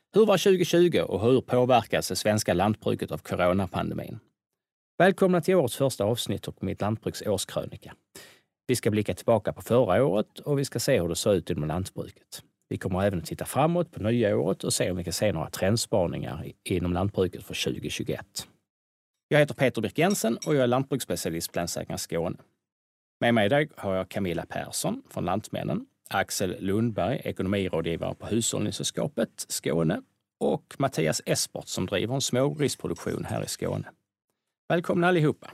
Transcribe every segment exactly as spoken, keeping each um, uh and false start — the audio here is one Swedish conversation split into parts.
Hur var tjugo tjugo och hur påverkas det svenska lantbruket av coronapandemin? Välkomna till årets första avsnitt och Mitt Lantbruks årskrönika. Vi ska blicka tillbaka på förra året och vi ska se hur det ser ut inom lantbruket. Vi kommer även att titta framåt på nya året och se om vi kan se några trendspaningar inom lantbruket för tjugo tjugoett. Jag heter Peter Birk Jensen och jag är lantbruksspecialist på Länsförsäkringar Skåne. Med mig idag har jag Camilla Persson från Lantmännen, Axel Lundberg, ekonomirådgivare på Hushållningssällskapet Skåne och Mattias Esport som driver en smågrisproduktion här i Skåne. Välkomna allihopa!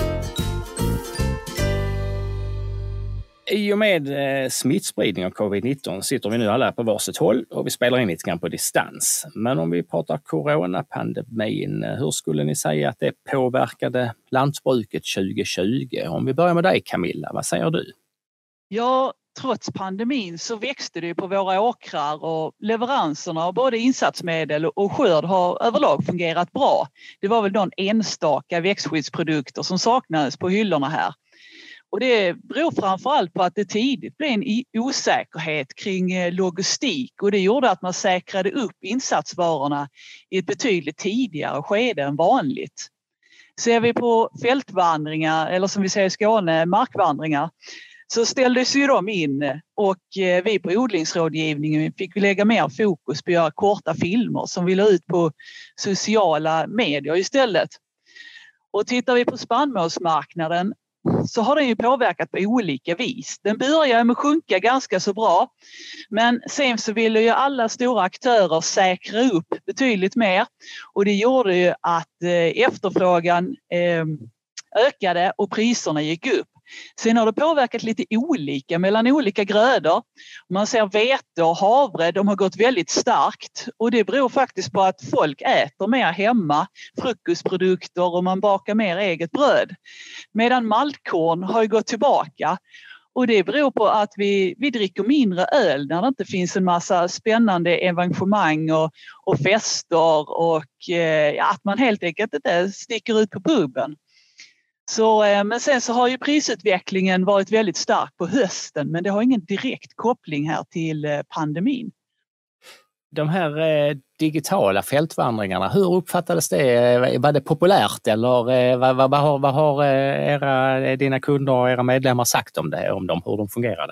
I och med eh, smittspridning av covid nitton sitter vi nu alla på varsitt håll och vi spelar in lite grann på distans. Men om vi pratar coronapandemin, hur skulle ni säga att det påverkade lantbruket tjugo tjugo? Om vi börjar med dig Camilla, vad säger du? Ja, trots pandemin så växte det på våra åkrar och leveranserna av både insatsmedel och skörd har överlag fungerat bra. Det var väl någon enstaka växtskyddsprodukter som saknades på hyllorna här. Och det beror framförallt på att det tidigt blev en osäkerhet kring logistik och det gjorde att man säkrade upp insatsvarorna i ett betydligt tidigare skede än vanligt. Ser vi på fältvandringar, eller som vi säger i Skåne, markvandringar, så ställdes ju de in och vi på odlingsrådgivningen fick lägga mer fokus på att göra korta filmer som vi la ut på sociala medier istället. Och tittar vi på spannmålsmarknaden så har den ju påverkat på olika vis. Den börjar med att sjunka ganska så bra, men sen så ville ju alla stora aktörer säkra upp betydligt mer och det gjorde ju att efterfrågan ökade och priserna gick upp. Sen har det påverkat lite olika mellan olika grödor. Man ser vete och havre, de har gått väldigt starkt och det beror faktiskt på att folk äter mer hemma, frukostprodukter och man bakar mer eget bröd. Medan maltkorn har ju gått tillbaka och det beror på att vi, vi dricker mindre öl när det inte finns en massa spännande evenemang och, och fester och eh, att man helt enkelt inte sticker ut på puben. Så, men sen så har ju prisutvecklingen varit väldigt stark på hösten men det har ingen direkt koppling här till pandemin. De här eh, digitala fältvandringarna, hur uppfattades det? Var det populärt eller eh, vad, vad, vad har, vad har era, dina kunder och era medlemmar sagt om det, om dem, hur de fungerade?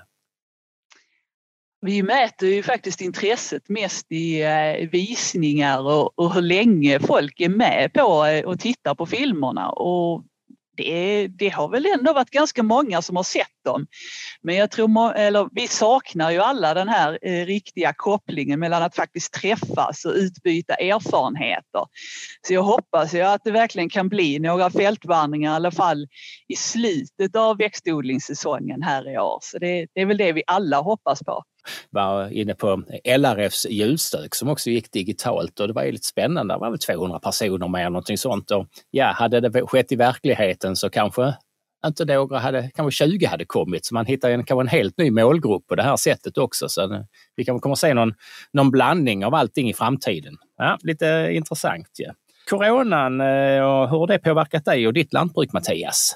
Vi mäter ju faktiskt intresset mest i eh, visningar och, och hur länge folk är med på eh, och tittar på filmerna och Det, det har väl ändå varit ganska många som har sett dem. Men jag tror, eller vi saknar ju alla den här eh, riktiga kopplingen mellan att faktiskt träffas och utbyta erfarenheter. Så jag hoppas ju att det verkligen kan bli några fältvandringar i alla fall i slutet av växtodlingssäsongen här i år. Så det, det är väl det vi alla hoppas på. Var inne på L R F:s julstök som också gick digitalt och det var ju lite spännande. Det var väl tvåhundra personer med någonting sånt och ja, hade det skett i verkligheten så kanske inte några hade, kanske tjugo hade kommit så man hittar en, kanske en helt ny målgrupp på det här sättet också så vi kan komma att se någon, någon blandning av allting i framtiden. Ja, lite intressant. Ja. Coronan och hur har det påverkat dig och ditt lantbruk Mattias?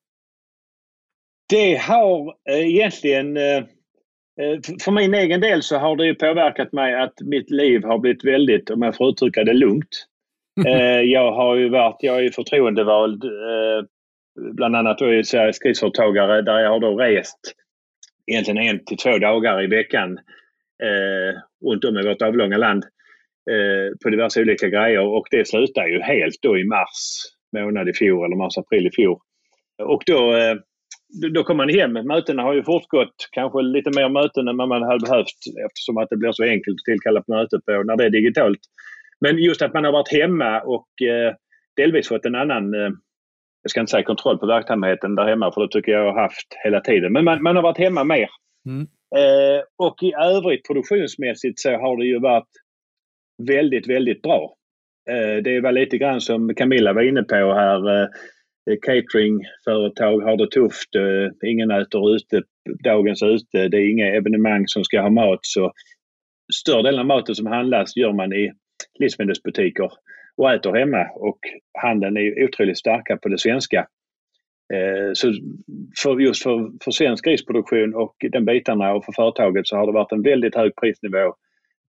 Det har egentligen för min egen del så har det ju påverkat mig att mitt liv har blivit väldigt, om jag får uttrycka det, lugnt. Jag har ju varit, jag är ju förtroendevald bland annat då är jag skrivföretagare där jag har då rest egentligen en till två dagar i veckan eh, runt om i vårt avlånga land eh, på diverse olika grejer och det slutar ju helt då i mars månad i fjol eller mars-april i fjol. Och då eh, Då kommer man hem. Mötena har ju fortgått kanske lite mer möten än man hade behövt eftersom att det blir så enkelt att tillkalla på mötet på när det är digitalt. Men just att man har varit hemma och eh, delvis fått en annan, eh, jag ska inte säga kontroll på verksamheten där hemma för det tycker jag har haft hela tiden. Men man, man har varit hemma mer. Mm. Eh, och i övrigt produktionsmässigt så har det ju varit väldigt, väldigt bra. Eh, det var lite grann som Camilla var inne på här. Eh, Cateringföretag har det tufft, ingen äter ute, dagens ute, det är inga evenemang som ska ha mat så större delen av maten som handlas gör man i livsmedelsbutiker och äter hemma och handeln är otroligt starka på det svenska. Så för just för, för svensk grisproduktion och den bitarna och för företaget så har det varit en väldigt hög prisnivå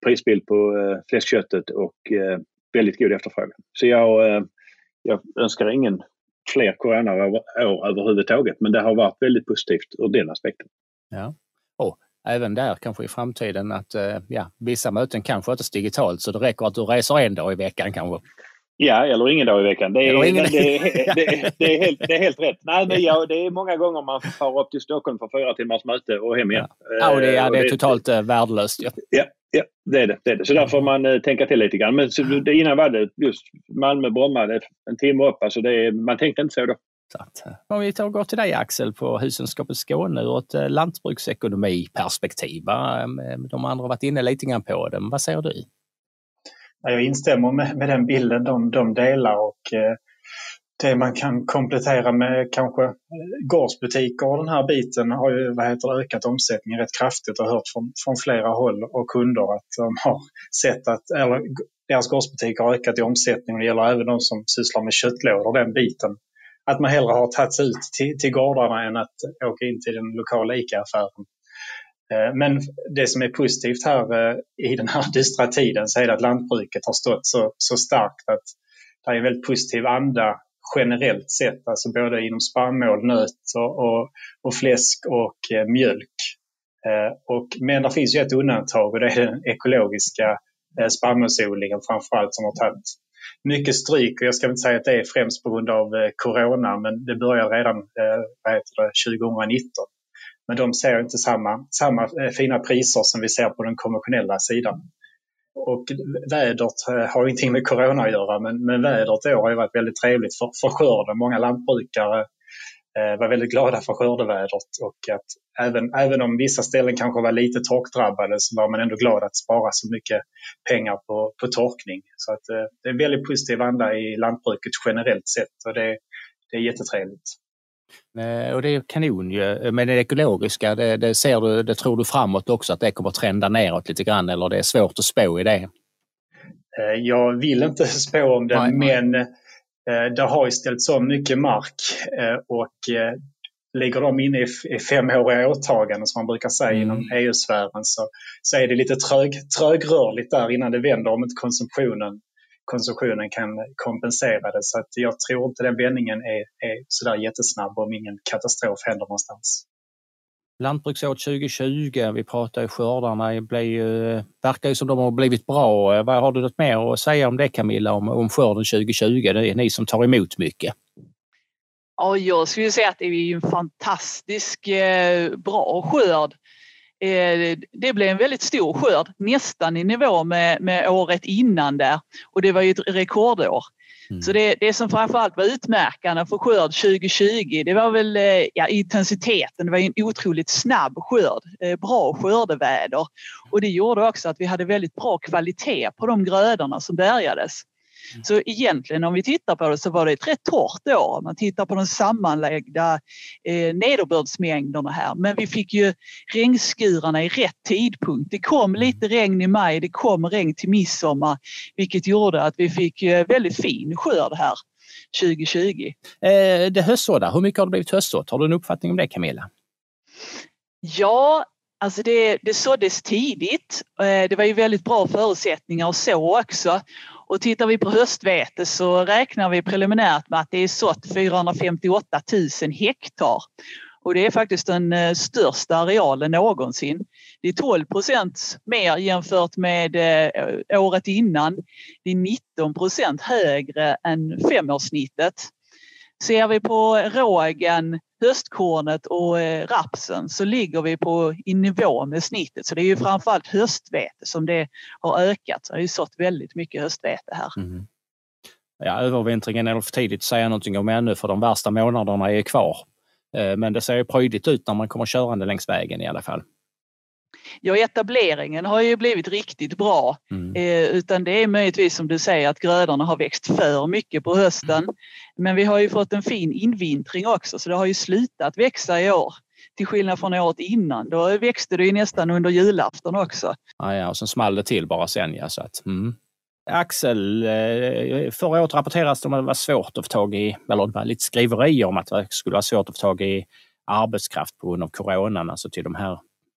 prisbild på eh, fläskköttet och eh, väldigt god efterfrågan. Så jag, eh, jag önskar ingen fler coronaår överhuvudtaget, men det har varit väldigt positivt ur den aspekten. Ja, och även där kanske i framtiden att eh, ja, vissa möten kan skötas digitalt, så det räcker att du reser en dag i veckan kanske. Ja, eller ingen dag i veckan. Det är, ingen... det, är, det, är, det, är helt, det är helt rätt. Nej, men ja, det är många gånger man får upp till Stockholm för fyra timmars möte och hem igen. Ja, ja och det, ja, det är totalt det, värdelöst. Ja. Ja, ja det, är det, det är det. Så där får man uh, tänka till lite grann. Men så, det, innan var det just Malmö-Bromma, det är en timme upp. Alltså det är, man tänkte inte så då. Så att, om vi tar och går till dig Axel på Hushållskapet Skåne ur ett uh, lantbruksekonomiperspektiv. De andra har varit inne lite grann på det. Men vad säger du? Jag instämmer med, med den bilden de, de delar och eh, det man kan komplettera med kanske gårdsbutiker och den här biten har ju vad heter det, ökat omsättningen rätt kraftigt och hört från, från flera håll och kunder att de har sett att eller, deras gårdsbutiker har ökat i omsättning och det gäller även de som sysslar med köttlådor, den biten. Att man hellre har tagit sig ut till, till gårdarna än att åka in till den lokala ICA-affären. Men det som är positivt här i den här dystra tiden så är det att lantbruket har stått så, så starkt att det är en väldigt positiv anda generellt sett, alltså både inom spannmål, nöt och, och, och fläsk och eh, mjölk. Eh, och, men det finns ju ett undantag och det är den ekologiska eh, spannmålsodlingen framförallt som har tagit mycket stryk, och jag ska inte säga att det är främst på grund av eh, corona, men det började redan eh, vad heter det, tjugonitton. Men de ser inte samma, samma eh, fina priser som vi ser på den konventionella sidan. Och vädret har ingenting med corona att göra, men, men vädret i år har ju varit väldigt trevligt för, för skörden. Många lantbrukare eh, var väldigt glada för skördevädret, och att även, även om vissa ställen kanske var lite torkdrabbade så var man ändå glad att spara så mycket pengar på, på torkning. Så att, eh, det är en väldigt positiv anda i lantbruket generellt sett, och det, det är jättetrevligt. Och det är kanon ju. Men det ekologiska, det, det ser du, det tror du framåt också att det kommer att trenda neråt lite grann, eller det är svårt att spå i det? Jag vill inte spå om det, nej, men det har ju ställt så mycket mark och ligger de inne i femåriga åtaganden som man brukar säga mm. inom E U-sfären så, så är det lite trög, trögrörligt där innan det vänder om inte konsumtionen konsumtionen kan kompensera det. Så att jag tror inte den vändningen är, är sådär jättesnabb om ingen katastrof händer någonstans. Lantbruksår tjugo tjugo, vi pratar ju skördarna, blir ju, verkar ju som de har blivit bra. Vad har du något mer att säga om det, Camilla, om, om skörden tjugo tjugo? Det är ni som tar emot mycket. Ja, jag skulle säga att det är en fantastisk eh, bra skörd. Det blev en väldigt stor skörd, nästan i nivå med, med året innan där. Och det var ju ett rekordår. Mm. Så det, det som framförallt var utmärkande för skörd tjugo tjugo, det var väl ja, intensiteten. Det var en otroligt snabb skörd, bra skördeväder. Och det gjorde också att vi hade väldigt bra kvalitet på de grödorna som bärgades. Mm. Så egentligen om vi tittar på det så var det ett rätt torrt år. Man tittar på de sammanlagda eh, nederbördsmängderna här. Men vi fick ju regnskurarna i rätt tidpunkt. Det kom lite regn i maj, det kom regn till midsommar. Vilket gjorde att vi fick eh, väldigt fin skörd här tjugo tjugo. Eh, det höstsådda, hur mycket har det blivit höstsådd? Har du en uppfattning om det, Camilla? Ja, alltså det, det såddes tidigt. Eh, det var ju väldigt bra förutsättningar och så också. Och tittar vi på höstvete så räknar vi preliminärt med att det är sått fyrahundrafemtioåtta tusen hektar. Och det är faktiskt den största arealen någonsin. Det är tolv procent mer jämfört med eh, året innan. Det är nitton procent högre än femårssnittet. Ser vi på rågen, höstkornet och eh, rapsen så ligger vi på i nivå med snittet. Så det är ju framförallt höstvete som det har ökat. Så det har ju sått väldigt mycket höstvete här. Mm. Ja, övervintringen är för tidigt att säga någonting om ännu, för de värsta månaderna är kvar. Eh, men det ser ju prydligt ut när man kommer körande längs vägen i alla fall. Ja, etableringen har ju blivit riktigt bra. Mm. Eh, utan det är möjligtvis som du säger att grödorna har växt för mycket på hösten. Mm. Men vi har ju fått en fin invintring också, så det har ju slutat växa i år. Till skillnad från året innan. Då växte det ju nästan under julafton också. Ja, ja, och sen small det till bara sen. Ja, så att, mm. Axel, förra året rapporterades det om att det var svårt att få tag i, eller det var lite skriverier om att det skulle vara svårt att få tag i arbetskraft på grund av coronan, alltså till de här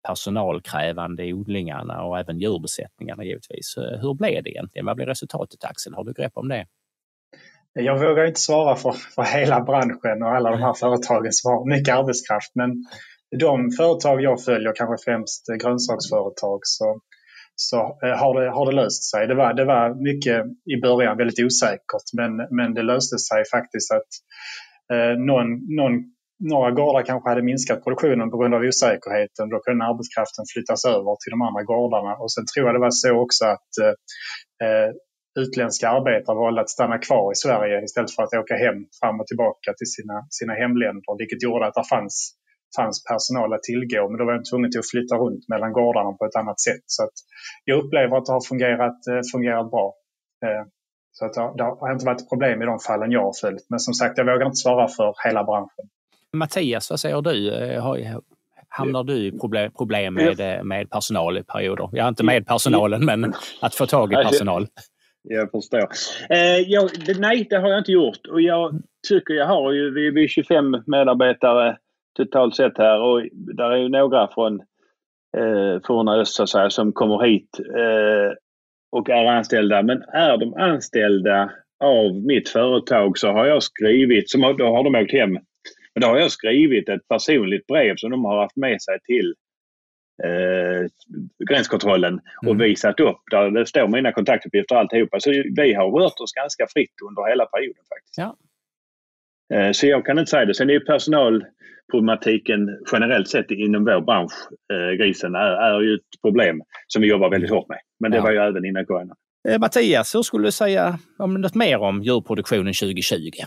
personalkrävande i odlingarna och även djurbesättningarna givetvis. Hur blev det egentligen? Vad blev resultatet, Axel? Har du grepp om det? Jag vågar inte svara för, för hela branschen och alla de här företagen som har mycket arbetskraft, men de företag jag följer, kanske främst grönsaksföretag, så, så har, det, har det löst sig. Det var, det var mycket i början väldigt osäkert, men, men det löste sig faktiskt att eh, någon, någon, några gårdar kanske hade minskat produktionen på grund av osäkerheten. Då kunde arbetskraften flyttas över till de andra gårdarna. Och sen tror jag det var så också att eh, utländska arbetare valde att stanna kvar i Sverige istället för att åka hem fram och tillbaka till sina, sina hemländer, vilket gjorde att det fanns, fanns personal att tillgå, men då var de tvungna till att flytta runt mellan gårdarna på ett annat sätt. Så att jag upplever att det har fungerat, fungerat bra. Så att det har inte varit ett problem i de fallen jag har följt, men som sagt, jag vågar inte svara för hela branschen. Mattias, vad säger du? Hamnar du i problem, problem med, med personal i perioder? Jag är inte med personalen, men att få tag i personal. Jag förstår. Eh, jag, det, nej, det har jag inte gjort. Och jag tycker jag har ju, vi, vi är tjugofem medarbetare totalt sett här. Och där är ju några från eh, från öst så att säga, som kommer hit eh, och är anställda. Men är de anställda av mitt företag så har jag skrivit, som, då har de åkt hem. Men då har jag skrivit ett personligt brev som de har haft med sig till Eh, gränskontrollen och mm. visat upp där det står mina kontaktuppgifter och alltihopa. Så vi har rört oss ganska fritt under hela perioden faktiskt. Ja. Eh, så jag kan inte säga det. Sen är ju personalproblematiken generellt sett inom vår bransch, eh, grisen, är, är ju ett problem som vi jobbar väldigt hårt med. Men det ja. var ju även innan corona. Eh, Mattias, hur skulle du säga om något mer om djurproduktionen tjugo tjugo?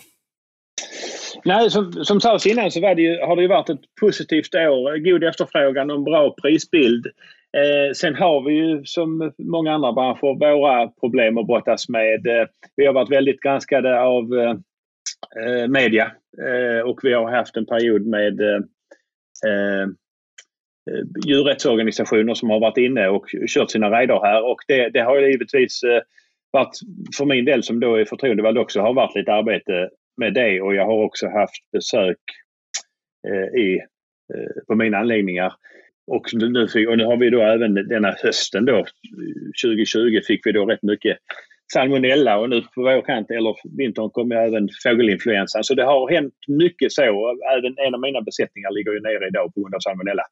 Nej, som, som sades innan så var det ju, har det ju varit ett positivt år. God efterfrågan och en bra prisbild. Eh, sen har vi ju som många andra branscher våra problem att brottas med. Eh, vi har varit väldigt granskade av eh, media eh, och vi har haft en period med eh, djurrättsorganisationer som har varit inne och kört sina raider här. Och det, det har ju givetvis eh, varit, för min del som då är förtroendevald också, har varit lite arbete med det, och jag har också haft besök eh, i, eh, på mina anläggningar. Och nu, fick, och nu har vi då även denna hösten då, tjugo tjugo, fick vi då rätt mycket salmonella, och nu på vår kant eller vintern kommer även fågelinfluensan. Så det har hänt mycket så. Även en av mina besättningar ligger ju nere idag på grund av salmonella.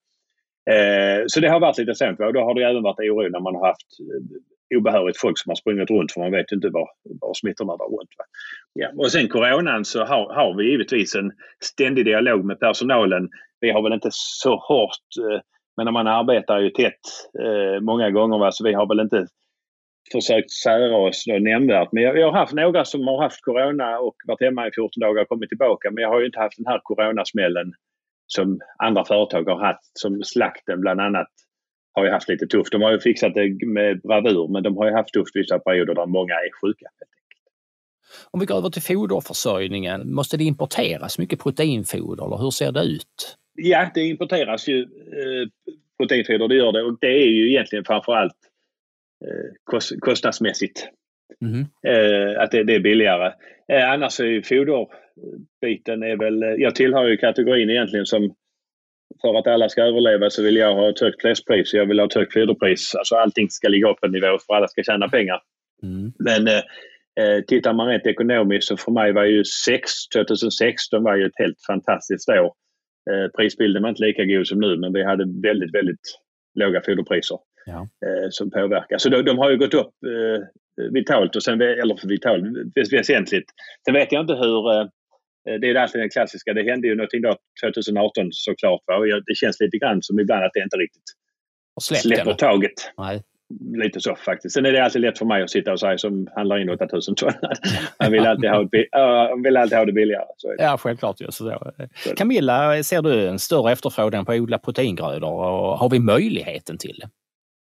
Eh, så det har varit lite sånt, och då har det även varit oro när man har haft obehörigt folk som har sprungit runt, för man vet inte var, var smittorna där runt. Va? Ja. Och sen coronan så har, har vi givetvis en ständig dialog med personalen. Vi har väl inte så hårt, eh, men när man arbetar ju tätt eh, många gånger, va? Så vi har väl inte försökt sära oss då nämnvärt. Men jag, jag har haft några som har haft corona och varit hemma i fjorton dagar och kommit tillbaka, men jag har ju inte haft den här coronasmällen som andra företag har haft, som slakten bland annat har ju haft lite tufft. De har ju fixat det med bravur, men de har ju haft tufft vissa perioder där många är sjuka. Om vi går över till foderförsörjningen, måste det importeras mycket proteinfoder, eller hur ser det ut? Ja, det importeras ju eh, proteinfoder, det gör det, och det är ju egentligen framförallt eh, kost, kostnadsmässigt. Mm. Eh, att det, det är billigare. Eh, annars är ju foderbiten är väl, jag tillhör ju kategorin egentligen som, för att alla ska överleva så vill jag ha ett högt fläskpris, jag vill ha ett högt foderpris. Alltså allting ska ligga upp en nivå för alla ska tjäna pengar. Mm. Men eh, tittar man rätt ekonomiskt så för mig var ju tjugohundrasexton var ju ett helt fantastiskt år. Eh, prisbilden var inte lika god som nu, men vi hade väldigt, väldigt låga foderpriser ja. eh, som påverkar. Så de, de har ju gått upp eh, vitalt, och sen, eller vitalt, väsentligt. Sen vet jag inte hur, eh, det är alltid den klassiska, det hände ju någonting då tjugoarton såklart, va? Och det känns lite grann som ibland att det inte riktigt släpper taget. Nej. Lite så faktiskt. Sen är det alltid lätt för mig att sitta och säga som handlar in åtta tusen ton. Man vill alltid ha det, uh, vill alltid ha det billigare. Så är det. Ja, självklart. Just så. Camilla, ser du en större efterfrågan på att odla proteingrödor, och har vi möjligheten till det?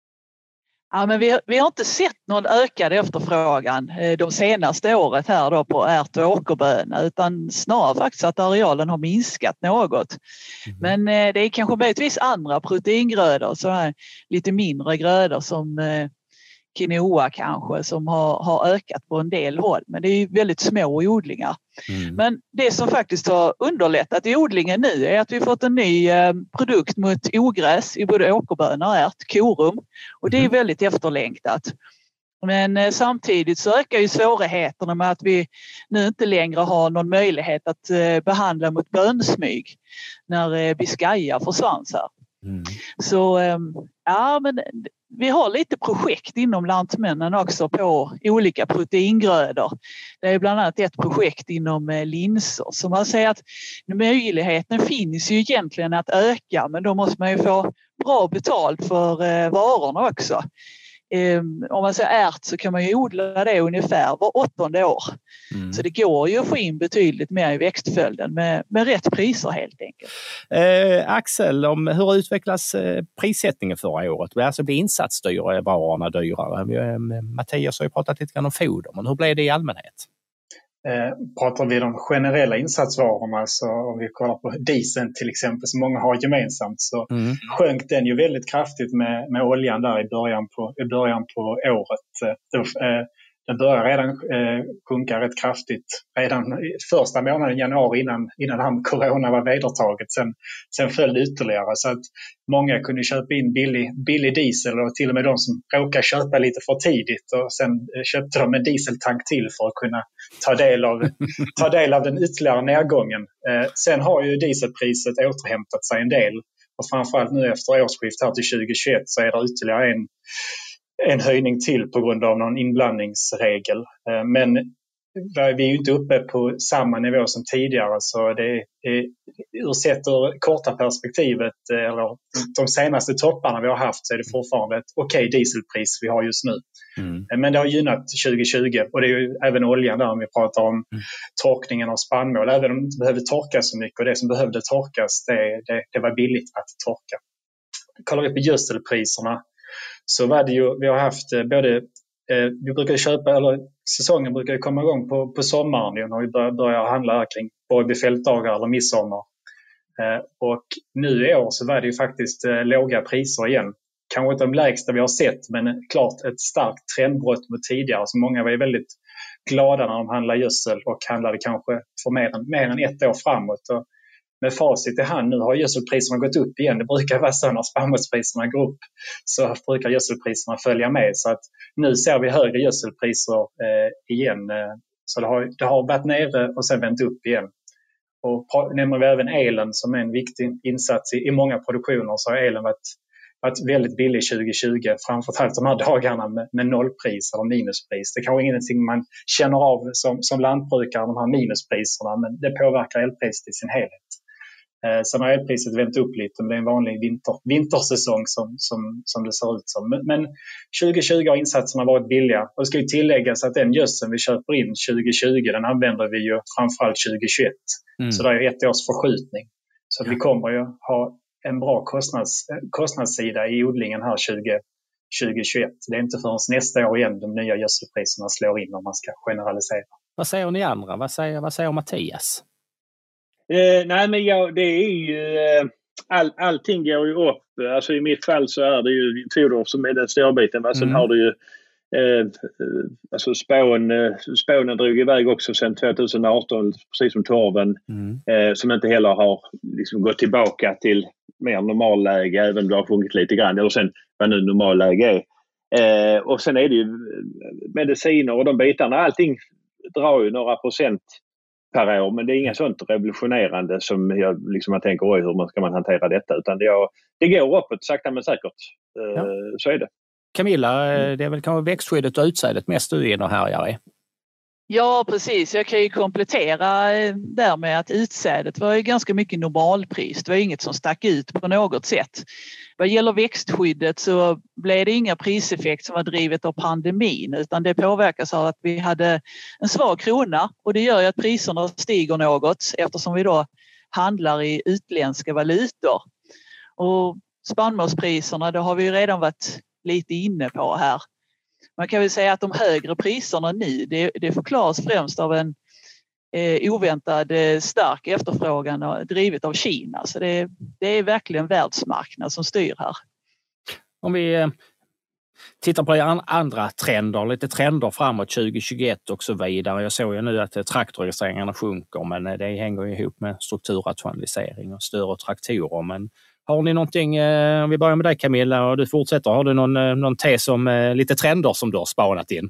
Ja, men vi, vi har inte sett någon ökad efterfrågan de senaste året här då på ärt- och åkerböna, utan snarare faktiskt att arealen har minskat något. Mm. Men eh, det är kanske möjligtvis andra proteingrödor, så här lite mindre grödor som eh, quinoa kanske som har, har ökat på en del håll. Men det är väldigt små odlingar. Mm. Men det som faktiskt har underlättat i odlingen nu är att vi fått en ny eh, produkt mot ogräs i både åkerbönor och ärt, korum. Och det är väldigt efterlängtat. Men eh, samtidigt så ökar ju svårigheterna med att vi nu inte längre har någon möjlighet att eh, behandla mot bönsmyg när eh, biskaja försvann här. Mm. Så eh, ja, men vi har lite projekt inom Lantmännen också på olika proteingrödor. Det är bland annat ett projekt inom eh, linser. Så man säger att möjligheten finns ju egentligen att öka, men då måste man ju få bra betalt för eh, varorna också. Um, om man säger ärt så kan man ju odla det ungefär var åttonde år. Mm. Så det går ju att få in betydligt mer i växtföljden med, med rätt priser helt enkelt. Eh, Axel, om hur utvecklas eh, prissättningen förra året? Alltså blir insatsvarorna dyrare? Eh, Mattias har ju pratat lite grann om foder, men hur blev det i allmänhet? Eh, pratar vi de generella insatsvarorna, så om vi kollar på dieseln till exempel som många har gemensamt, så mm. sjönk den ju väldigt kraftigt med, med oljan där i början på, i början på året. Eh, eh, den började redan eh, sjunka rätt kraftigt redan första månaden januari innan, innan han corona var vedertaget. Sen, sen föll det ytterligare, så att många kunde köpa in billig, billig diesel, och till och med de som råkade köpa lite för tidigt, och sen eh, köpte de en dieseltank till för att kunna ta del av, ta del av den ytterligare nedgången. Eh, sen har ju dieselpriset återhämtat sig en del, och framförallt nu efter årsskift här till tjugohundratjugoett så är det ytterligare en en höjning till på grund av någon inblandningsregel. Men vi är ju inte uppe på samma nivå som tidigare, så det är, ur sett ur korta perspektivet, eller de senaste topparna vi har haft, så är det fortfarande ett okej dieselpris vi har just nu. Mm. Men det har gynnat tjugohundratjugo, och det är ju även oljan där, om vi pratar om mm. torkningen av spannmål. Även om det inte behövde torkas så mycket, och det som behövde torkas, det, det, det var billigt att torka. Kollar vi på gödselpriserna, så var det ju, vi har haft både, eh, vi brukar köpa, eller säsongen brukar komma igång på, på sommaren när vi börjar, börjar handla kring Borgby fältdagar eller midsommar. Eh, och nu i år så var det ju faktiskt eh, låga priser igen. Kanske inte de lägsta vi har sett, men klart ett starkt trendbrott mot tidigare. Så många var ju väldigt glada när de handlade gödsel och handlade kanske för mer än, mer än ett år framåt. Och med facit i hand nu har gödselpriserna gått upp igen. Det brukar vara så när spannmålspriserna går upp, så brukar gödselpriserna följa med. Så att nu ser vi högre gödselpriser eh, igen. Så det har, det har varit nere och sen vänt upp igen. Och nämner vi även elen som är en viktig insats i, i många produktioner, så har elen varit, varit väldigt billig tjugohundratjugo. Framförallt de här dagarna med, med nollpris eller minuspris. Det är kanske ingenting man känner av som, som lantbrukare, de här minuspriserna, men det påverkar elpriset i sin helhet. Sen har elpriset vänt upp lite, men det är en vanlig vinter, vintersäsong som, som, som det ser ut som. Men, men tjugohundratjugo har insatserna varit billiga. Och det ska ju tilläggas att den gödseln vi köper in tjugohundratjugo, den använder vi ju framförallt tjugohundratjugoett. Mm. Så det är ju ett års förskjutning. Så ja. Vi kommer ju ha en bra kostnads, kostnadssida i odlingen här tjugo tjugohundratjugoett. Det är inte förrän nästa år igen de nya gödselpriserna slår in, om man ska generalisera. Vad säger ni andra? Vad säger, vad säger Mattias? Eh, nej men ja, det är ju eh, all, allting går ju upp. Alltså i mitt fall så är det ju foder som är den stora biten. Va? Sen mm. har du ju eh, alltså spån, eh, spånen drog iväg också sedan tjugoarton, precis som torven, mm. eh, som inte heller har liksom gått tillbaka till mer normalläge, även om det har sjunkit lite grann. Och sen vad nu normalläge är. Eh, och sen är det ju mediciner och de bitarna. Allting drar ju några procent per år, men det är inga sånt revolutionerande som jag liksom man tänker, oj, hur ska man hantera detta, utan det, är, det går uppåt sakta men säkert. Ja. Så är det. Camilla, det är väl kanske växtskyddet och utsädet mest du är här här i? Ja, precis. Jag kan ju komplettera där med att utsädet var ju ganska mycket normalpris. Det var inget som stack ut på något sätt. Vad gäller växtskyddet så blev det inga priseffekt som var drivet av pandemin, utan det påverkas av att vi hade en svag krona, och det gör ju att priserna stiger något eftersom vi då handlar i utländska valutor. Och spannmålspriserna, det har vi ju redan varit lite inne på här. Man kan väl säga att de högre priserna nu, det, det förklaras främst av en eh, oväntad eh, stark efterfrågan och drivet av Kina. Så det, det är verkligen världsmarknad som styr här. Om vi eh, Titta på andra trender, lite trender framåt tjugo tjugoett och så vidare. Jag såg ju nu att traktorregistreringarna sjunker, men det hänger ihop med strukturrationalisering och större traktorer. Men har ni någonting, om vi börjar med dig Camilla och du fortsätter, har du någon, någon tes om lite trender som du har spanat in?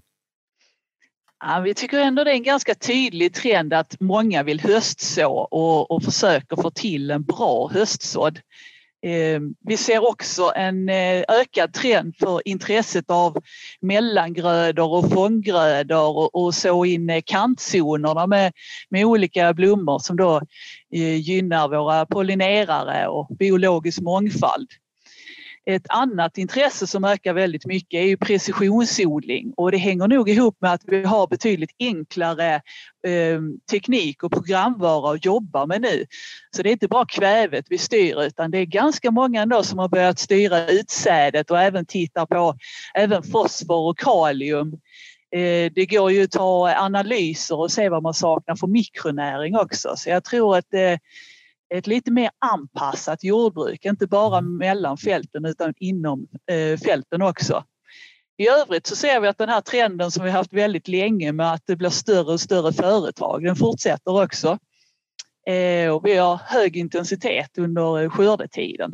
Ja, vi tycker ändå det är en ganska tydlig trend att många vill höstså och, och försöker få till en bra höstsådd. Eh, vi ser också en eh, ökad trend för intresset av mellangrödor och fånggrödor och, och så in eh, kantzonerna med, med olika blommor som då eh, gynnar våra pollinerare och biologisk mångfald. Ett annat intresse som ökar väldigt mycket är ju precisionsodling och det hänger nog ihop med att vi har betydligt enklare eh, teknik och programvara att jobba med nu. Så det är inte bara kvävet vi styr utan det är ganska många ändå som har börjat styra utsädet och även titta på även fosfor och kalium. Eh, det går ju att ta analyser och se vad man saknar för mikronäring också. Så jag tror att eh, ett lite mer anpassat jordbruk, inte bara mellan fälten utan inom eh, fälten också. I övrigt så ser vi att den här trenden som vi haft väldigt länge med att det blir större och större företag, den fortsätter också. Eh, och vi har hög intensitet under skördetiden.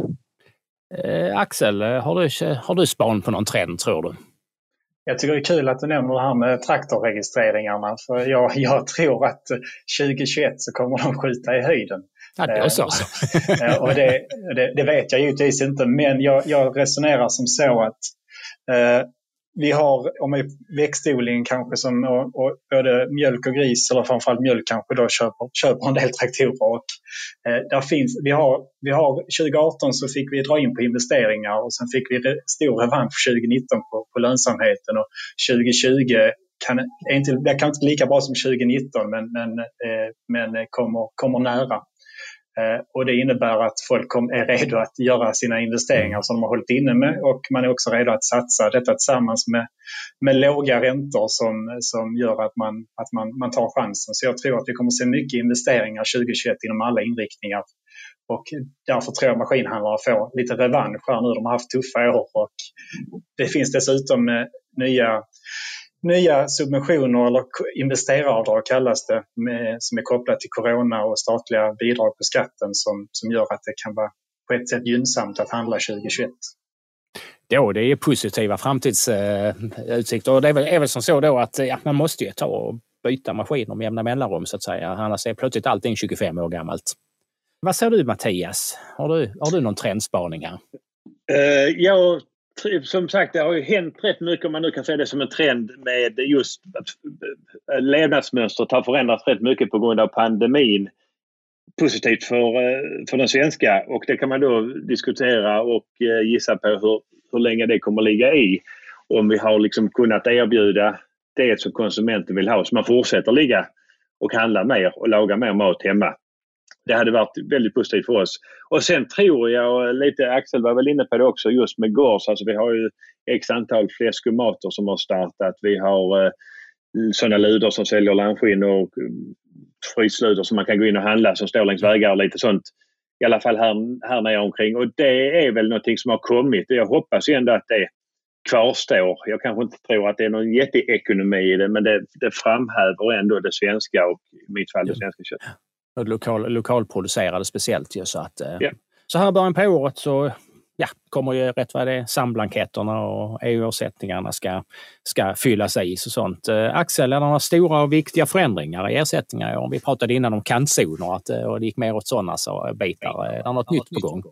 Eh, Axel, har du, har du span på någon trend tror du? Jag tycker det är kul att du nämner det här med traktorregistreringarna. För jag, jag tror att tjugo tjugoett så kommer de skjuta i höjden. Ja, det är så. och det, det, det vet jag givetvis inte, men jag, jag resonerar som så att eh, vi har, om växtodlingen kanske som och, och både mjölk och gris, eller framförallt mjölk kanske då köper, köper en del traktorer. Och, eh, där finns, vi har, vi har tjugo arton så fick vi dra in på investeringar och sen fick vi re, stor revansch tjugo nitton på, på lönsamheten och tjugo tjugo kan, är inte, det kan inte lika bra som tjugo nitton men, men, eh, men kommer, kommer nära. Eh, och det innebär att folk kom, är redo att göra sina investeringar som de har hållit inne med och man är också redo att satsa detta tillsammans med, med låga räntor som, som gör att, man, att man, man tar chansen. Så jag tror att vi kommer se mycket investeringar tjugo tjugoett inom alla inriktningar och därför tror jag maskinhandlare får lite revansch här nu. De har haft tuffa år och det finns dessutom eh, nya Nya subventioner eller investeraravdrag kallas det med, som är kopplat till corona och statliga bidrag på skatten som, som gör att det kan vara på ett sätt gynnsamt att handla tjugo tjugoett. Ja, det är positiva framtidsutsikter och det är väl, är väl som så då att ja, man måste ju ta och byta maskiner med jämna mellanrum så att säga. Annars är plötsligt allting tjugofem år gammalt. Vad säger du Mattias? Har du, har du någon trendspaning här? Uh, ja, som sagt, det har ju hänt rätt mycket om man nu kan säga det som en trend med just att levnadsmönstret har förändrats rätt mycket på grund av pandemin. Positivt för, för den svenska och det kan man då diskutera och gissa på hur, hur länge det kommer ligga i. Om vi har liksom kunnat erbjuda det som konsumenten vill ha så man fortsätter ligga och handla mer och laga mer mat hemma. Det hade varit väldigt positivt för oss. Och sen tror jag, lite Axel var väl inne på det också, just med gårds. Alltså vi har ju x antal fläskomater som har startat. Vi har eh, sådana ludor som säljer lammskinn och frysludor som man kan gå in och handla som står längs vägar och lite sånt. I alla fall här, här nere omkring. Och det är väl någonting som har kommit. Jag hoppas ändå att det kvarstår. Jag kanske inte tror att det är någon jätteekonomi i det, men det, det framhäver ändå det svenska och i mitt fall det svenska köttet. Och lokal, lokalproducerade speciellt ju, så att ja. Så här början på året så ja, kommer ju rätt vad det är SAM-blanketterna och E U-ersättningarna ska, ska fyllas i och sånt. Eh, Axel, är det några stora och viktiga förändringar i ersättningar? Om vi pratade innan om kantzoner att och det gick mer åt sådana så bitar. Är det något ja, nytt på gång?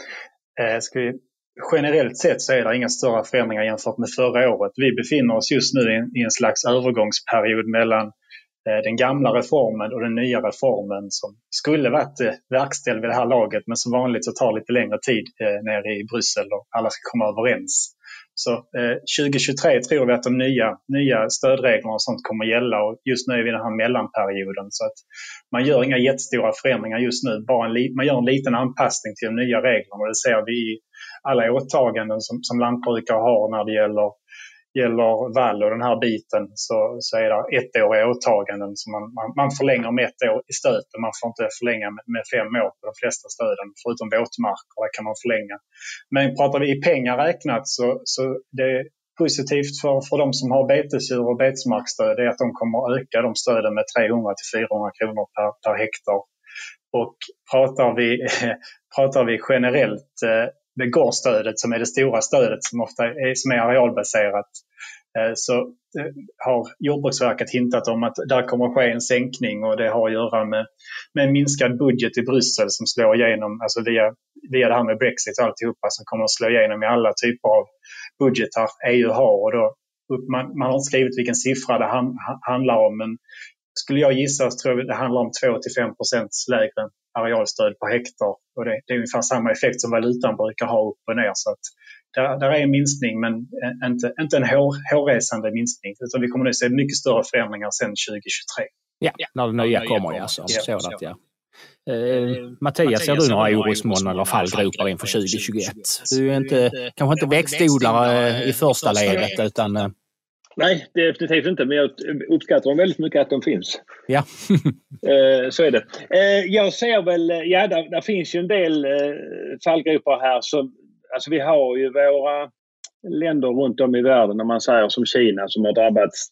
Eh, ska vi, generellt sett så är det inga större förändringar jämfört med förra året. Vi befinner oss just nu i en, i en slags övergångsperiod mellan den gamla reformen och den nya reformen som skulle varit eh, verkställd vid det här laget men som vanligt så tar lite längre tid eh, nere i Bryssel och alla ska komma överens. Så eh, tjugo tjugotre tror vi att de nya, nya stödreglerna och sånt kommer gälla och just nu är vi i den här mellanperioden så att man gör inga jättestora förändringar just nu, bara en, man gör en liten anpassning till de nya reglerna och det ser vi i alla åtaganden som, som lantbrukare har när det gäller gäller vall och den här biten så, så är det ettåriga åtaganden som man, man, man förlänger med ett år i stöten. Man får inte förlänga med, med fem år på de flesta stöden förutom våtmarker, där kan man förlänga. Men pratar vi i pengar räknat så, så det, positivt för, för de som har betesdjur och betesmarkstöd är att de kommer att öka de stöden med trehundra till fyrahundra kronor per, per hektar. Och pratar vi, pratar vi generellt med gårdsstödet som är det stora stödet som ofta är, som är arealbaserat, så har Jordbruksverket hintat om att där kommer att ske en sänkning, och det har att göra med, med en minskad budget i Bryssel som slår igenom, alltså via, via det här med Brexit och alltihopa, som kommer att slå igenom i alla typer av budgetar E U har. Och då, man, man har inte skrivit vilken siffra det han, handlar om, men skulle jag gissa så tror jag det handlar om två till fem procent lägre arealstöd per hektar. Och det, det är ungefär samma effekt som valutan brukar ha upp och ner. Så att där, där är en minskning, men inte, inte en hår, hårresande minskning. Utan vi kommer att se mycket större förändringar sedan tjugo tjugotre. Ja, när det nya kommer. Ja, så, ja, så att, ja. Eh, Mattias, ser du några orosmoln eller fallgropar inför tjugo tjugoett? Du är inte, kanske inte växtodlare i första ledet, utan... Eh, Nej, definitivt inte, men jag uppskattar väldigt mycket att de finns. Ja. Så är det. Jag ser väl, ja, där, där finns ju en del fallgropar här. Så, alltså vi har ju våra länder runt om i världen, om man säger som Kina, som har drabbats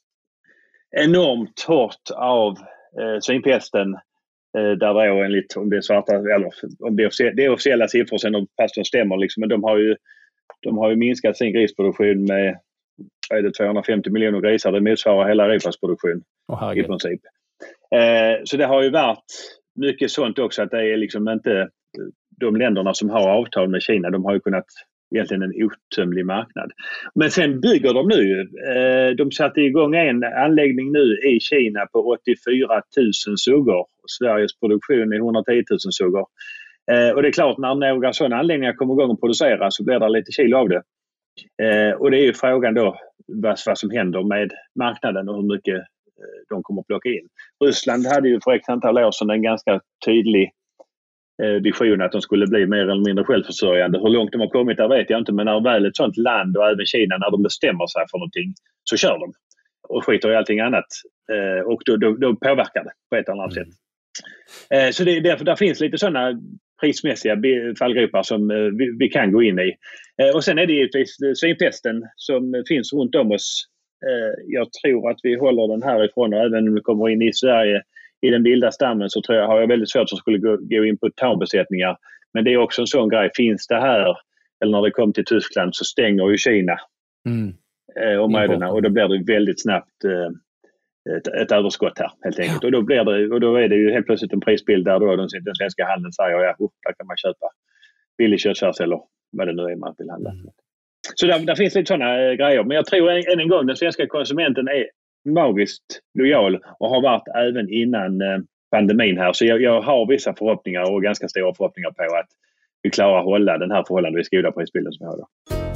enormt hårt av eh, svinpesten. Eh, där då enligt, om det är svarta, eller om det är officiella, det är officiella siffror sen, fast de stämmer liksom, men de har ju, de har ju minskat sin grisproduktion med är det tvåhundrafemtio miljoner grisar. Det motsvarar hela Europas produktion oh, i princip. Eh, så det har ju varit mycket sånt också, att det är liksom inte de länderna som har avtal med Kina, de har ju kunnat egentligen en otömlig marknad. Men sen bygger de nu. Eh, de satte igång en anläggning nu i Kina på åttiofyra tusen suggor. Sveriges produktion är etthundratio tusen suggor. Eh, och det är klart, när några sådana anläggningar kommer igång och producerar så blir det lite kilo av det. Eh, och det är ju frågan då vad, vad som händer med marknaden och hur mycket eh, de kommer att plocka in. Ryssland hade ju för ett antal år sedan en ganska tydlig eh, vision att de skulle bli mer eller mindre självförsörjande. Hur långt de har kommit där vet jag inte, men när väl ett sådant land och även Kina, när de bestämmer sig för någonting så kör de och skiter i allting annat, eh, och då, då, då påverkar det på ett eller annat sätt. Eh, så det, därför där finns lite sådana prismässiga fallgropar som eh, vi, vi kan gå in i. Eh, och sen är det givetvis svinpesten som finns runt om oss. Eh, jag tror att vi håller den härifrån, och även om vi kommer in i Sverige i den vilda stammen så tror jag, har jag väldigt svårt att skulle gå, gå in på tambesättningar. Men det är också en sån grej. Finns det här, eller när det kommer till Tyskland, så stänger ju Kina mm. eh, områdena, och då blir det väldigt snabbt eh, Ett, ett överskott här helt enkelt. Ja. Och, då blir det, och då är det ju helt plötsligt en prisbild där då den, den svenska handeln säger ja, oh, där kan man köpa billig köttfärs eller vad det nu är man vill handla. Mm. Så där, där finns lite sådana äh, grejer. Men jag tror än en gång den svenska konsumenten är magiskt lojal och har varit även innan äh, pandemin här. Så jag, jag har vissa förhoppningar och ganska stora förhoppningar på att vi klarar att hålla den här förhållandevis goda prisbilden som vi har då.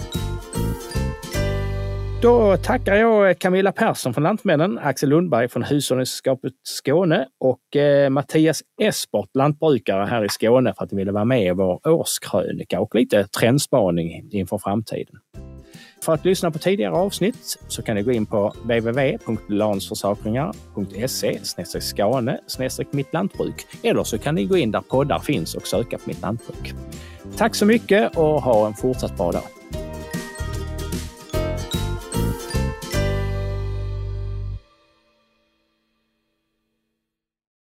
Då tackar jag Camilla Persson från Lantmännen, Axel Lundberg från Hushållningssällskapet Skåne och eh, Mattias Esport, lantbrukare här i Skåne, för att de ville vara med i vår årskrönika och lite trendspaning inför framtiden. För att lyssna på tidigare avsnitt så kan ni gå in på w w w punkt lansförsakringar punkt se slash skane slash mitt lantbruk, eller så kan ni gå in där poddar finns och söka på Mitt lantbruk. Tack så mycket och ha en fortsatt bra dag.